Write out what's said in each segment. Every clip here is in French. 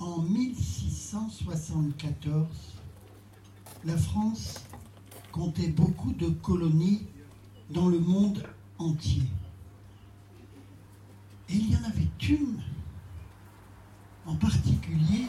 En 1674, la France comptait beaucoup de colonies dans le monde entier. Et il y en avait une, en particulier,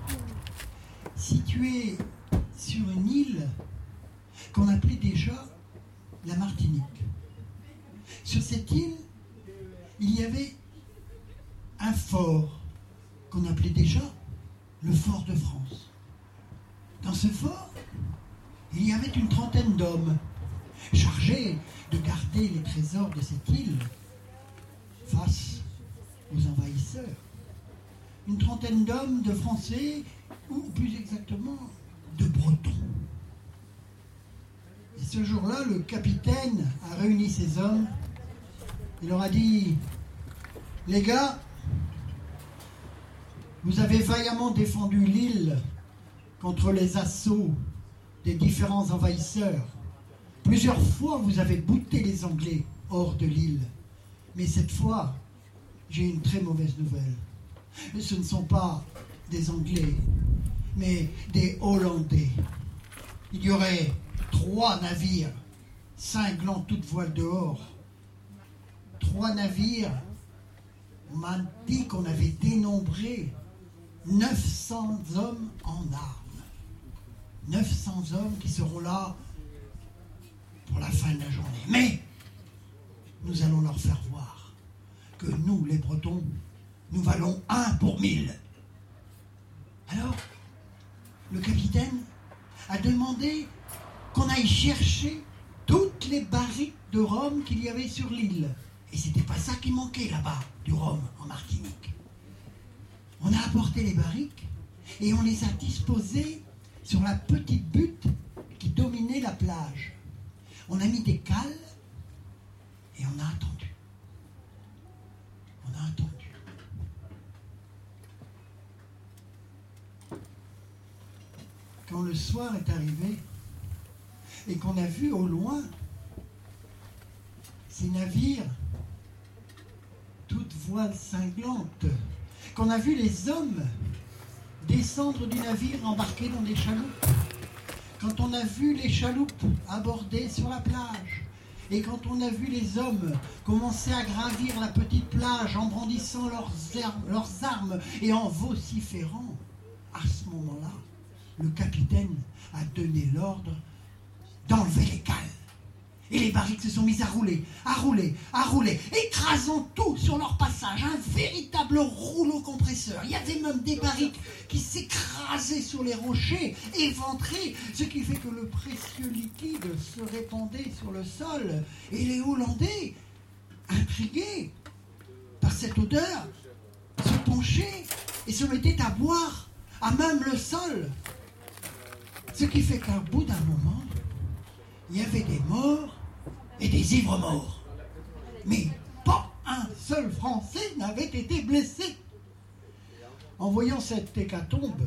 située sur une île qu'on appelait déjà la Martinique. Sur cette île, il y avait un fort qu'on appelait déjà le fort de France. Dans ce fort, il y avait une trentaine d'hommes chargés de garder les trésors de cette île face aux envahisseurs. Une trentaine d'hommes, de Français, ou plus exactement, de Bretons. Et ce jour-là, le capitaine a réuni ses hommes. Il leur a dit: les gars, vous avez vaillamment défendu l'île contre les assauts des différents envahisseurs. Plusieurs fois, vous avez bouté les Anglais hors de l'île. Mais cette fois, j'ai une très mauvaise nouvelle. Ce ne sont pas des Anglais, mais des Hollandais. Il y aurait 3 navires, cinglant toute voile dehors. 3 navires, on m'a dit qu'on avait dénombré 900 hommes en armes. 900 hommes qui seront là pour la fin de la journée. Mais nous allons leur faire voir que nous, les Bretons, nous valons 1 pour 1000. Alors, le capitaine a demandé qu'on aille chercher toutes les barriques de rhum qu'il y avait sur l'île. Et c'était pas ça qui manquait là-bas, du rhum en Martinique. On a apporté les barriques et on les a disposées sur la petite butte qui dominait la plage. On a mis des cales et on a attendu. On a attendu. Quand le soir est arrivé et qu'on a vu au loin ces navires toutes voiles cinglantes, qu'on a vu les hommes descendre du navire embarqués dans des chaloupes, quand on a vu les chaloupes aborder sur la plage, et quand on a vu les hommes commencer à gravir la petite plage en brandissant leurs armes et en vociférant, à ce moment-là, le capitaine a donné l'ordre d'enlever les cales. Et les barriques se sont mises à rouler, écrasant tout sur leur passage, un véritable rouleau compresseur. Il y avait même des barriques qui s'écrasaient sur les rochers, éventrés, ce qui fait que le précieux liquide se répandait sur le sol. Et les Hollandais, intrigués par cette odeur, se penchaient et se mettaient à boire à même le sol. Ce qui fait qu'à bout d'un moment, il y avait des morts et des ivres morts. Mais pas un seul Français n'avait été blessé. En voyant cette hécatombe,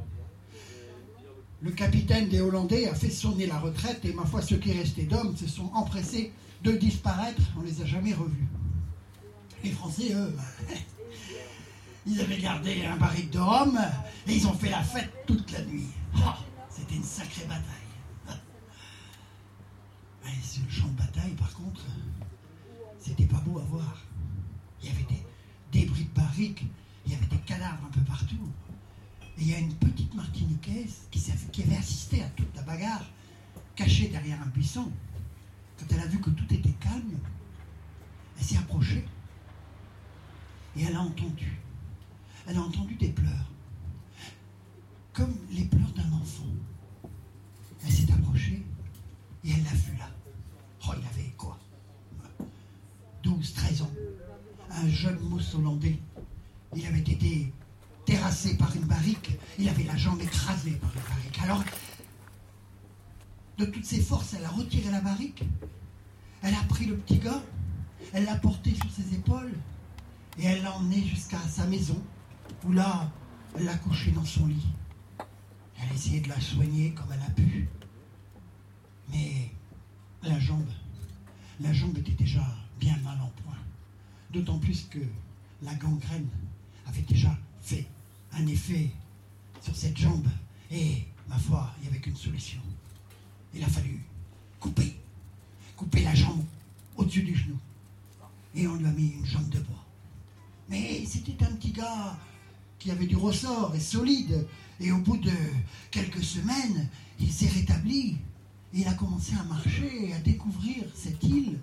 le capitaine des Hollandais a fait sonner la retraite et ma foi, ceux qui restaient d'hommes se sont empressés de disparaître. On ne les a jamais revus. Les Français, eux, ils avaient gardé un barrique de rhum et ils ont fait la fête toute la nuit. C'était une sacrée bataille. Et sur le champ de bataille, par contre, c'était pas beau à voir. Il y avait des débris de barriques, il y avait des cadavres un peu partout. Et il y a une petite Martiniquaise qui avait assisté à toute la bagarre, cachée derrière un buisson. Quand elle a vu que tout était calme, elle s'est approchée et elle a entendu. Elle a entendu des pleurs, comme les pleurs d'un enfant. Elle s'est approchée et elle l'a vu là. Oh, il avait quoi 12, 13 ans. Un jeune mousse hollandais. Il avait été terrassé par une barrique. Il avait la jambe écrasée par une barrique. Alors, de toutes ses forces, elle a retiré la barrique. Elle a pris le petit gars. Elle l'a porté sur ses épaules. Et elle l'a emmené jusqu'à sa maison. Où là, elle l'a couché dans son lit. Elle a essayé de la soigner comme elle a pu. Mais la jambe était déjà bien mal en point. D'autant plus que la gangrène avait déjà fait un effet sur cette jambe. Et, ma foi, il n'y avait qu'une solution. Il a fallu couper la jambe au-dessus du genou. Et on lui a mis une jambe de bois. Mais c'était un petit gars qui avait du ressort et solide. Et au bout de quelques semaines, il s'est rétabli. Et il a commencé à marcher et à découvrir cette île,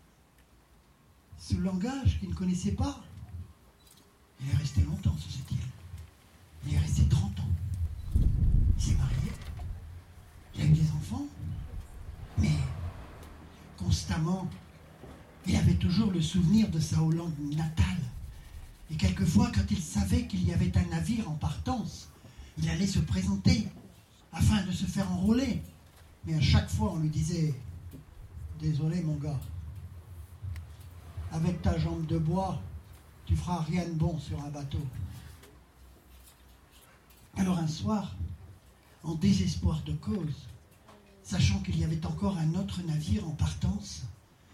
ce langage qu'il ne connaissait pas. Il est resté longtemps sur cette île. Il est resté 30 ans. Il s'est marié. Il a eu des enfants. Mais constamment, il avait toujours le souvenir de sa Hollande natale. Et quelquefois, quand il savait qu'il y avait un navire en partance, il allait se présenter afin de se faire enrôler. Mais à chaque fois, on lui disait « Désolé, mon gars, avec ta jambe de bois, tu feras rien de bon sur un bateau. » Alors un soir, en désespoir de cause, sachant qu'il y avait encore un autre navire en partance,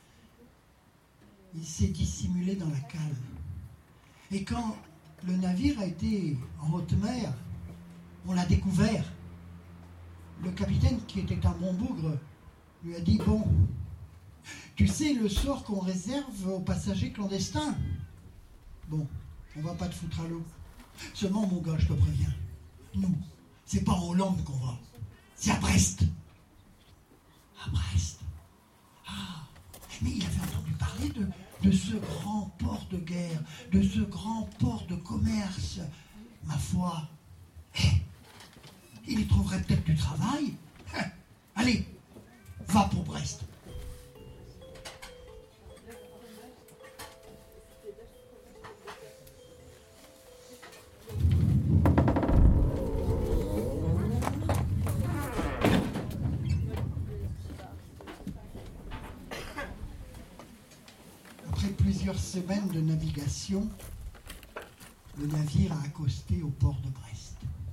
il s'est dissimulé dans la cale. Et quand le navire a été en haute mer, on l'a découvert. Le capitaine, qui était un bon bougre, lui a dit « Bon, tu sais le sort qu'on réserve aux passagers clandestins. Bon, on va pas te foutre à l'eau. Seulement, mon gars, je te préviens, nous, c'est pas en Hollande qu'on va, c'est à Brest. » À Brest. Ah, mais il avait entendu parler de ce grand port de guerre, de ce grand port de commerce. Ma foi, il y trouverait peut-être du travail. Allez, va pour Brest. Après plusieurs semaines de navigation, le navire a accosté au port de Brest.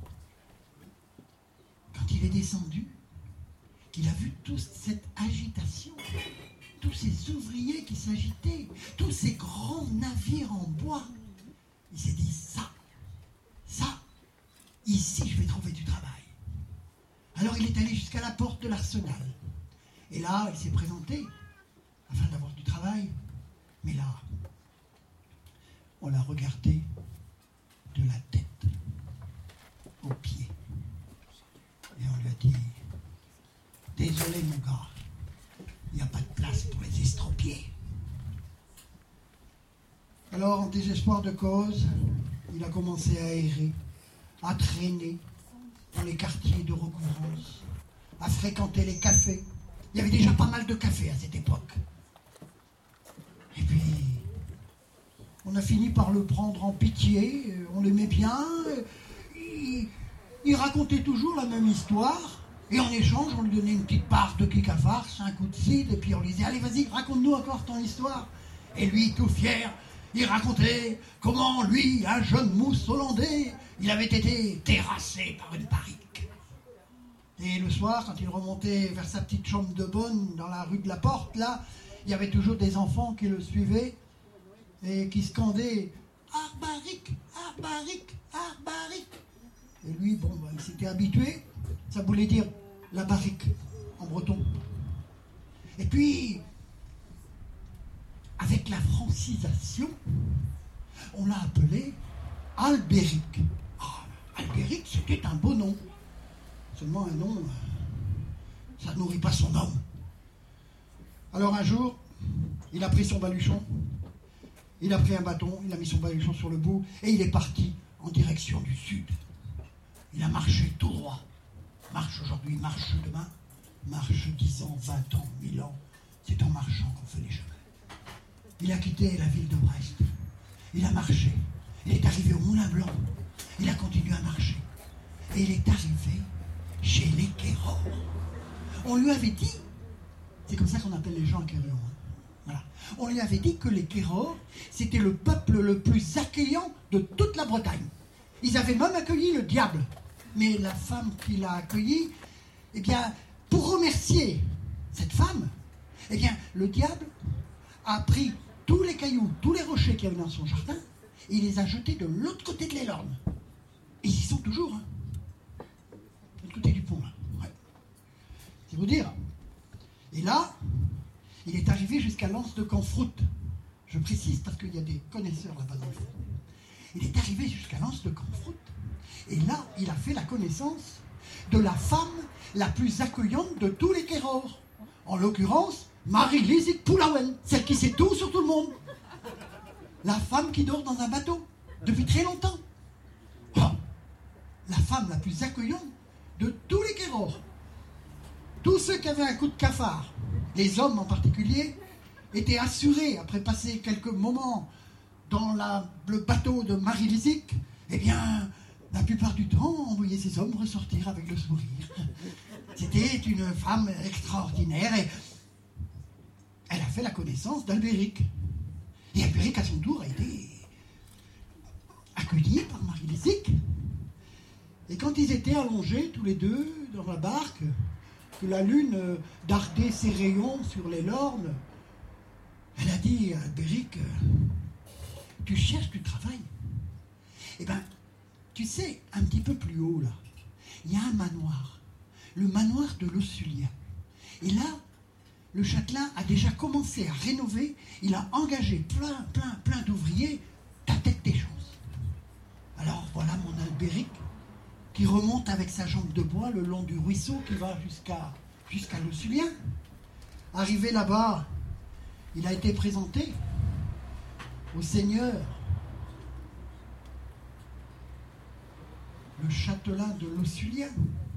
Quand il est descendu, qu'il a vu toute cette agitation, tous ces ouvriers qui s'agitaient, tous ces grands navires en bois, il s'est dit ça, ici je vais trouver du travail. Alors il est allé jusqu'à la porte de l'arsenal. Et là, il s'est présenté afin d'avoir du travail. Mais là, on l'a regardé de la tête aux pieds. Et on lui a dit « Désolé mon gars, il n'y a pas de place pour les estropiés. » Alors, en désespoir de cause, il a commencé à errer, à traîner dans les quartiers de recouvrance, à fréquenter les cafés. Il y avait déjà pas mal de cafés à cette époque. Et puis, on a fini par le prendre en pitié, on l'aimait bien. Il racontait toujours la même histoire, et en échange, on lui donnait une petite part de kikafars, un coup de cidre, et puis on lui disait « Allez, vas-y, raconte-nous encore ton histoire !» Et lui, tout fier, il racontait comment, lui, un jeune mousse hollandais, il avait été terrassé par une barrique. Et le soir, quand il remontait vers sa petite chambre de bonne, dans la rue de la Porte, là, il y avait toujours des enfants qui le suivaient, et qui scandaient « Arbaric, Arbaric, Arbaric !» Et lui, bon, il s'était habitué, ça voulait dire la barrique en breton. Et puis, avec la francisation, on l'a appelé Albéric. Ah, Albéric, c'était un beau nom. Seulement un nom, ça ne nourrit pas son homme. Alors un jour, il a pris son baluchon, il a pris un bâton, il a mis son baluchon sur le bout, et il est parti en direction du sud. Il a marché tout droit. Marche aujourd'hui, marche demain. Marche 10 ans, 20 ans, 1000 ans. C'est en marchant qu'on fait les chemins. Il a quitté la ville de Brest. Il a marché. Il est arrivé au Moulin Blanc. Il a continué à marcher. Et il est arrivé chez les Quérors. On lui avait dit, c'est comme ça qu'on appelle les gens accueillants. Voilà. On lui avait dit que les Quérors, c'était le peuple le plus accueillant de toute la Bretagne. Ils avaient même accueilli le diable. Mais la femme qui l'a accueilli, eh bien, pour remercier cette femme, eh bien, le diable a pris tous les cailloux, tous les rochers qu'il y avait dans son jardin, et il les a jetés de l'autre côté de l'Elorn. Et ils y sont toujours. Hein. C'est vous dire. Et là, il est arrivé jusqu'à l'anse de Canfroute. Je précise parce qu'il y a des connaisseurs là-bas dans le fond. Il est arrivé jusqu'à l'anse de Canfroute. Et là, il a fait la connaissance de la femme la plus accueillante de tous les Kérors. En l'occurrence, Marie-Lise Poulaouen, celle qui sait tout sur tout le monde. La femme qui dort dans un bateau, depuis très longtemps. Oh, la femme la plus accueillante de tous les Kérors. Tous ceux qui avaient un coup de cafard, les hommes en particulier, étaient assurés, après passer quelques moments dans le bateau de Marie-Lise, eh bien, la plupart du temps, on voyait ces hommes ressortir avec le sourire. C'était une femme extraordinaire et elle a fait la connaissance d'Albéric. Et Albéric, à son tour, a été accueilli par Marie-Lise. Et quand ils étaient allongés, tous les deux, dans la barque, que la lune dardait ses rayons sur les lornes, elle a dit à Albéric, tu cherches du travail. Eh bien, tu sais, un petit peu plus haut, là, il y a un manoir, le manoir de l'Ossulien. Et là, le châtelain a déjà commencé à rénover, il a engagé plein d'ouvriers, ta tête des choses. Alors voilà mon Albéric, qui remonte avec sa jambe de bois le long du ruisseau qui va jusqu'à l'Ossulien. Arrivé là-bas, il a été présenté au seigneur, le châtelain de l'Ossulien.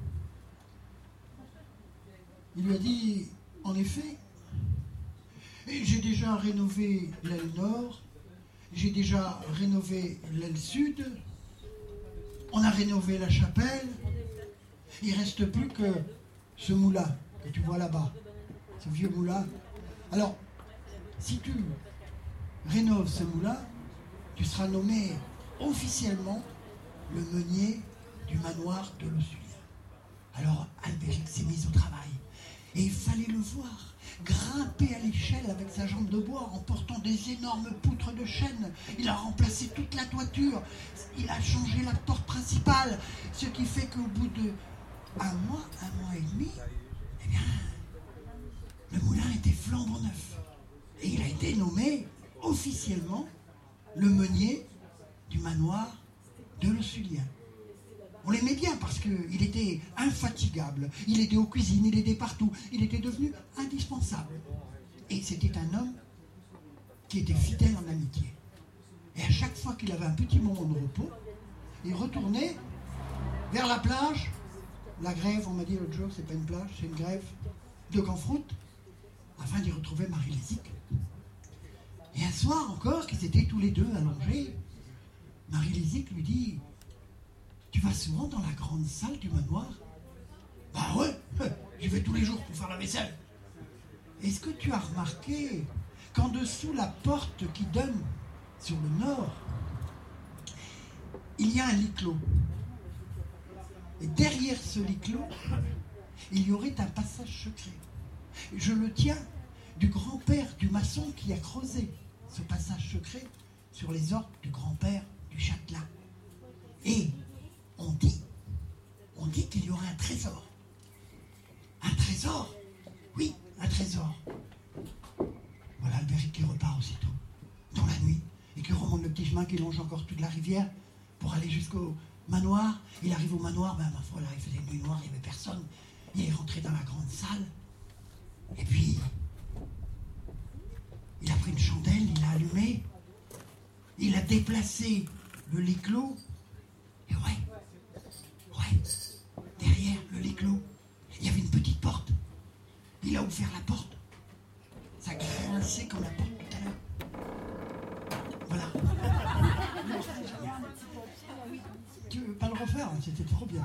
Il lui a dit, en effet, j'ai déjà rénové l'aile nord, j'ai déjà rénové l'aile sud, on a rénové la chapelle, il ne reste plus que ce moulin que tu vois là-bas, ce vieux moulin. Alors, si tu rénoves ce moulin, tu seras nommé officiellement le meunier du manoir de l'Ossulien. Alors Albéric s'est mis au travail. Et il fallait le voir grimper à l'échelle avec sa jambe de bois en portant des énormes poutres de chêne. Il a remplacé toute la toiture. Il a changé la porte principale. Ce qui fait qu'au bout de un mois et demi, eh bien, le moulin était flambant neuf. Et il a été nommé officiellement le meunier du manoir de l'Ossulien. On l'aimait bien parce qu'il était infatigable, il aidait aux cuisines, il aidait partout, il était devenu indispensable. Et c'était un homme qui était fidèle en amitié. Et à chaque fois qu'il avait un petit moment de repos, il retournait vers la plage, la grève, on m'a dit l'autre jour, c'est pas une plage, c'est une grève, de Canfroute, afin d'y retrouver Marie-Lise. Et un soir encore, qu'ils étaient tous les deux allongés, Marie-Lise lui dit, tu vas souvent dans la grande salle du manoir? Bah ouais, j'y vais tous les jours pour faire la vaisselle. Est-ce que tu as remarqué qu'en dessous la porte qui donne sur le nord, il y a un lit clos? Et derrière ce lit clos, il y aurait un passage secret. Je le tiens du grand-père du maçon qui a creusé ce passage secret sur les ordres du grand-père du châtelain. Et on dit qu'il y aurait un trésor. Un trésor? Oui, un trésor. Voilà Albéric qui repart aussitôt, dans la nuit, et qui remonte le petit chemin qui longe encore toute la rivière pour aller jusqu'au manoir. Il arrive au manoir, ben ma foi, là, il faisait nuit noire, il n'y avait personne. Il est rentré dans la grande salle, et puis il a pris une chandelle, il l'a allumée, il a déplacé le lit clos, et ouais, derrière le lit clos, il y avait une petite porte. Il a ouvert la porte. Ça grinçait comme la porte tout à l'heure. Voilà. Tu veux pas le refaire? C'était trop bien.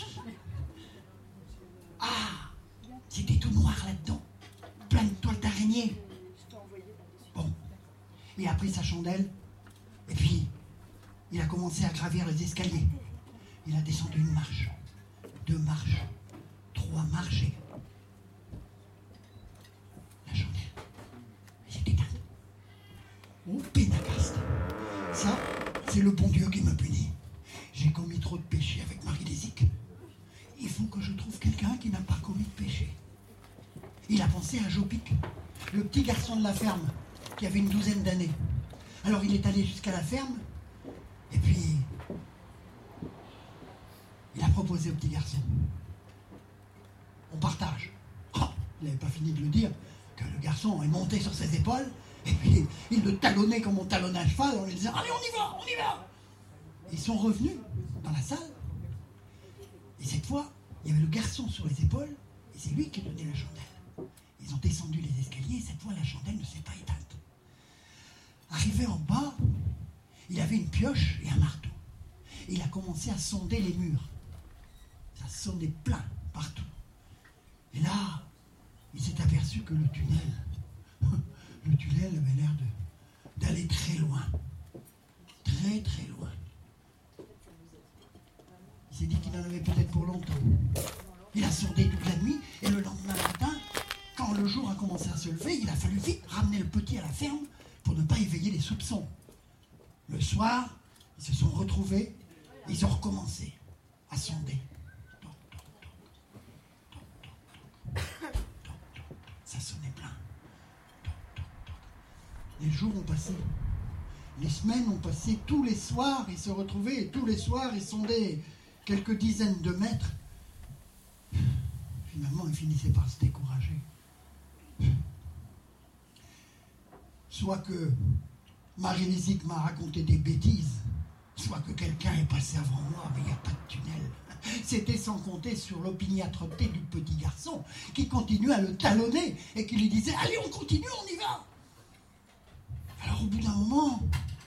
Ah, c'était tout noir là-dedans. Plein de toiles d'araignée. Bon. Il a pris sa chandelle. Et puis, il a commencé à gravir les escaliers. Il a descendu une marche, 2 marches, 3 marches et la chandelle s'est éteinte. Oh, pénacaste. Ça, c'est le bon Dieu qui me punit. J'ai commis trop de péchés avec Marie-Lise. Il faut que je trouve quelqu'un qui n'a pas commis de péché. Il a pensé à Jopic, le petit garçon de la ferme, qui avait une douzaine d'années. Alors il est allé jusqu'à la ferme, et puis il a proposé au petit garçon. On partage. Oh, il n'avait pas fini de le dire, que le garçon est monté sur ses épaules, et puis il le talonnait comme on talonne un cheval, en lui disant « Allez, on y va, on y va !» Ils sont revenus dans la salle, et cette fois, il y avait le garçon sur les épaules, et c'est lui qui donnait la chandelle. Ils ont descendu les escaliers, et cette fois, la chandelle ne s'est pas éteinte. Arrivé en bas, il avait une pioche et un marteau. Et il a commencé à sonder les murs. Ça sonnait plein partout. Et là, il s'est aperçu que le tunnel avait l'air d'aller très loin. Très, très loin. Il s'est dit qu'il en avait peut-être pour longtemps. Il a sondé toute la nuit, et le lendemain matin, quand le jour a commencé à se lever, il a fallu vite ramener le petit à la ferme pour ne pas éveiller les soupçons. Le soir, ils se sont retrouvés, et ils ont recommencé à sonder. Ça sonnait plein. Les jours ont passé. Les semaines ont passé. Tous les soirs, ils se retrouvaient, et tous les soirs, ils sondaient quelques dizaines de mètres. Finalement, ils finissaient par se décourager. Soit que Marie-Lisique m'a raconté des bêtises, soit que quelqu'un est passé avant moi, mais il n'y a pas de tunnel. C'était sans compter sur l'opiniâtreté du petit garçon, qui continuait à le talonner et qui lui disait « Allez, on continue, on y va !» Alors au bout d'un moment,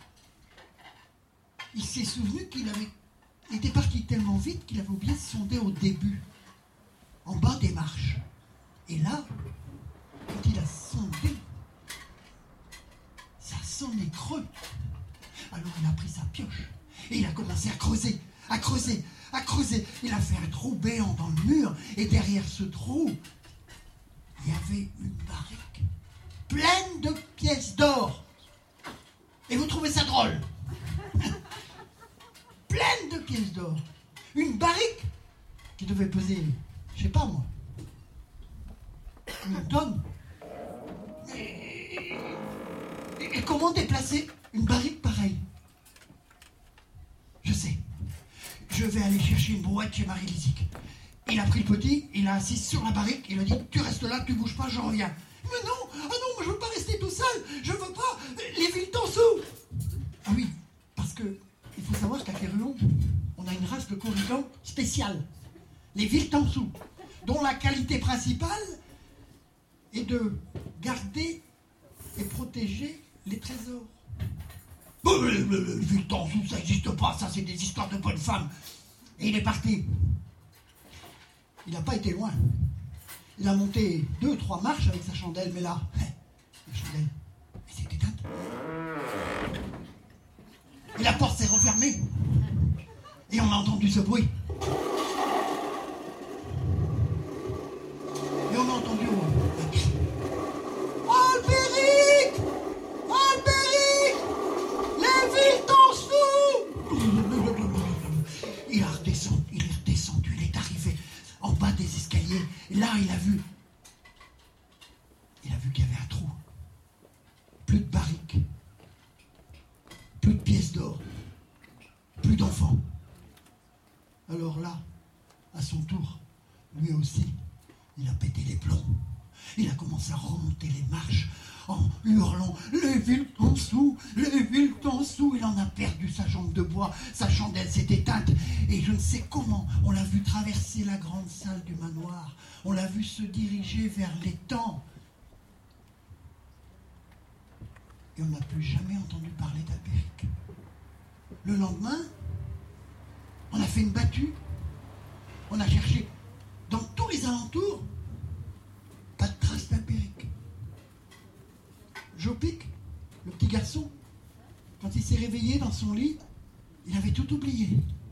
il s'est souvenu qu'il était parti tellement vite qu'il avait oublié de sonder au début, en bas des marches. Et là, quand il a sondé, ça sonnait creux. Alors il a pris sa pioche et il a commencé à creuser, à creuser, à creuser. Il a fait un trou béant dans le mur, et derrière ce trou, il y avait une barrique pleine de pièces d'or. Et vous trouvez ça drôle? Pleine de pièces d'or. Une barrique qui devait peser, je sais pas moi, une tonne. Et comment déplacer une barrique pareille? Je sais. Je vais aller chercher une brouette chez Marie-Lisique. Il a pris le petit, il l'a assis sur la barrique, il a dit « Tu restes là, tu bouges pas, je reviens. » Mais non, ah non, moi je veux pas rester tout seul, je veux pas, les villes t'en sous. Ah oui, parce que il faut savoir qu'à Kéruon, on a une race de corrigans spéciale, les villes t'en sous, dont la qualité principale est de garder et protéger les trésors. Les villes t'en sous, ça n'existe pas, ça c'est des histoires de bonnes femmes. Et il est parti. Il n'a pas été loin. Il a monté 2-3 marches avec sa chandelle, mais là, la chandelle, elle s'est éteinte. Et la porte s'est refermée. Et on a entendu ce bruit. Et on a entendu un cri. Albéric! Albéric! Les villes t'en sous! Il est redescendu, il est arrivé en bas des escaliers. Et là, il a vu qu'il y avait un trou. Plus de barriques. Plus de pièces d'or. Plus d'enfants. Alors là, à son tour, lui aussi, il a pété les plombs. Il a commencé à remonter les marches en hurlant « Les villes en dessous, les villes en dessous !» Il en a perdu sa jambe de bois, sa chandelle s'est éteinte. Et je ne sais comment, on l'a vu traverser la grande salle du manoir. On l'a vu se diriger vers l'étang. Et on n'a plus jamais entendu parler d'Albéric. Le lendemain, on a fait une battue. On a cherché dans tous les alentours. Pas de trace d'Albéric. Jopic, le petit garçon, quand il s'est réveillé dans son lit, il avait tout oublié.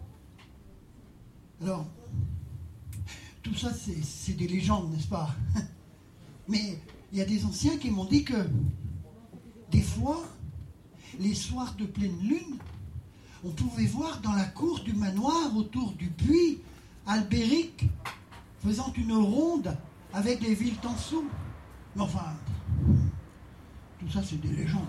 Alors, tout ça, c'est des légendes, n'est-ce pas? Mais il y a des anciens qui m'ont dit que des fois, les soirs de pleine lune, on pouvait voir dans la cour du manoir, autour du puits, Albéric faisant une ronde avec les villes en dessous. Mais enfin, tout ça c'est des légendes.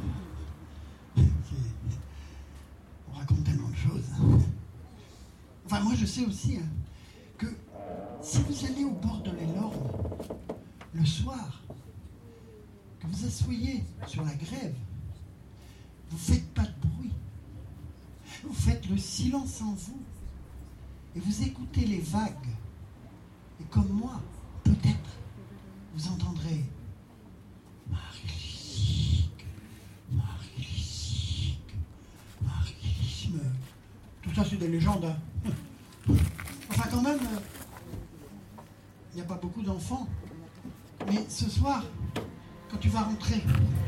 On raconte tellement de choses. Enfin, moi je sais aussi que si vous allez au bord de l'Elorme le soir, que vous asseyez sur la grève, vous ne faites pas de bruit. Vous faites le silence en vous. Et vous écoutez les vagues. Et comme moi, peut-être, vous entendrez Marie-Lysique, Marie-Lysique, Marie-Lysme. Tout ça, c'est des légendes. Enfin, quand même, il n'y a pas beaucoup d'enfants. Mais ce soir, quand tu vas rentrer,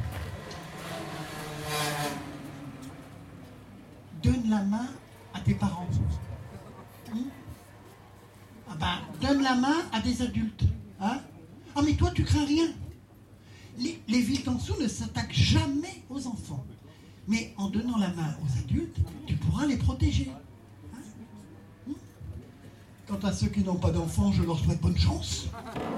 donne la main à tes parents. Ah ben, donne la main à des adultes. Hein? Ah mais toi, tu crains rien. Les villes en dessous ne s'attaquent jamais aux enfants. Mais en donnant la main aux adultes, tu pourras les protéger. Hein? Quant à ceux qui n'ont pas d'enfants, je leur souhaite bonne chance.